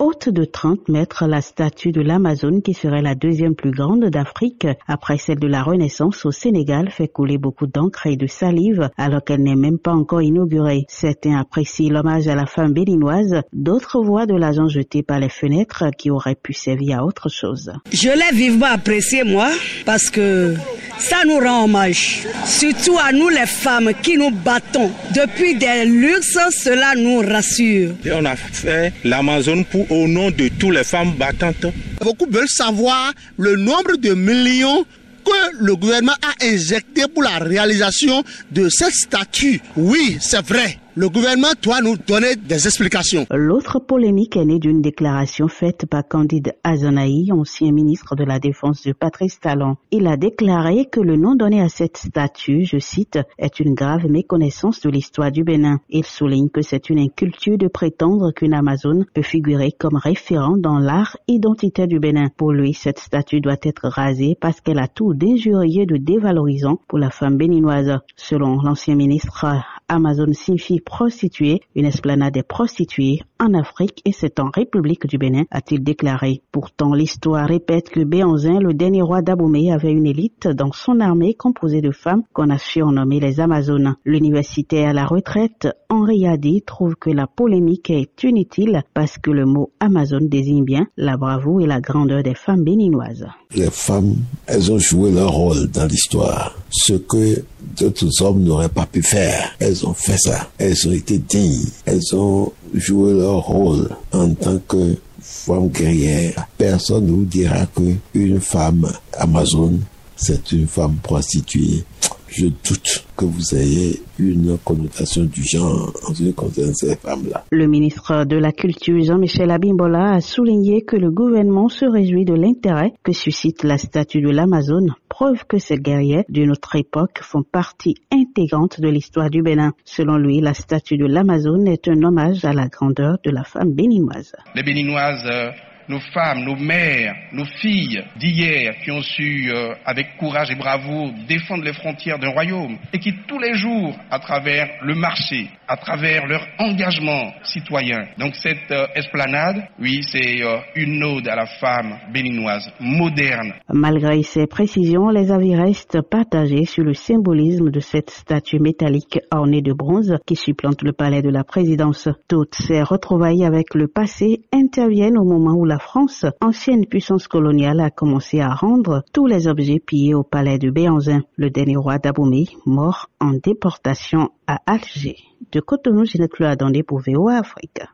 Haute de 30 mètres, la statue de l'Amazone, qui serait la deuxième plus grande d'Afrique, après celle de la Renaissance au Sénégal, fait couler beaucoup d'encre et de salive, alors qu'elle n'est même pas encore inaugurée. Certains apprécient l'hommage à la femme béninoise, d'autres voient de l'argent jeté par les fenêtres qui aurait pu servir à autre chose. Je l'ai vivement apprécié, moi, parce que ça nous rend hommage, surtout à nous les femmes qui nous battons. Depuis des luxes, cela nous rassure. Et on a fait l'Amazone au nom de toutes les femmes battantes. Beaucoup veulent savoir le nombre de millions que le gouvernement a injecté pour la réalisation de cette statue. Oui, c'est vrai. Le gouvernement doit nous donner des explications. L'autre polémique est née d'une déclaration faite par Candide Azanaï, ancien ministre de la Défense de Patrice Talon. Il a déclaré que le nom donné à cette statue, je cite, est une grave méconnaissance de l'histoire du Bénin. Il souligne que c'est une inculture de prétendre qu'une Amazone peut figurer comme référent dans l'art identitaire du Bénin. Pour lui, cette statue doit être rasée parce qu'elle a tout d'injurieux et de dévalorisant pour la femme béninoise. Selon l'ancien ministre, Amazone signifie prostituée, une esplanade des prostituées en Afrique et c'est en République du Bénin, a-t-il déclaré. Pourtant, l'histoire répète que Béhanzin, le dernier roi d'Abomey, avait une élite dans son armée composée de femmes qu'on a surnommées les Amazones. L'universitaire à la retraite, Henri Hadi, trouve que la polémique est inutile parce que le mot Amazone désigne bien la bravoure et la grandeur des femmes béninoises. Les femmes, elles ont joué leur rôle dans l'histoire. Ce que d'autres hommes n'auraient pas pu faire, elles ont fait ça. Elles ont été dignes. Elles ont joué leur rôle en tant que femme guerrière. Personne ne vous dira qu'une femme amazone, c'est une femme prostituée. Je doute que vous ayez une connotation du genre en ce qui concerne ces femmes-là. Le ministre de la Culture, Jean-Michel Abimbola, a souligné que le gouvernement se réjouit de l'intérêt que suscite la statue de l'Amazone, preuve que ces guerrières d'une autre époque font partie intégrante de l'histoire du Bénin. Selon lui, la statue de l'Amazone est un hommage à la grandeur de la femme béninoise. Les Béninoises, nos femmes, nos mères, nos filles d'hier qui ont su, avec courage et bravoure, défendre les frontières d'un royaume et qui tous les jours, à travers le marché, à travers leur engagement citoyen. Donc cette esplanade, oui, c'est une ode à la femme béninoise moderne. Malgré ces précisions, les avis restent partagés sur le symbolisme de cette statue métallique ornée de bronze qui supplante le palais de la présidence. Toutes ces retrouvailles avec le passé interviennent au moment où la France, ancienne puissance coloniale, a commencé à rendre tous les objets pillés au palais de Béhanzin, le dernier roi d'Abomey, mort en déportation à Alger. De Cotonou, Ginette Loadandé pour VOA Afrique.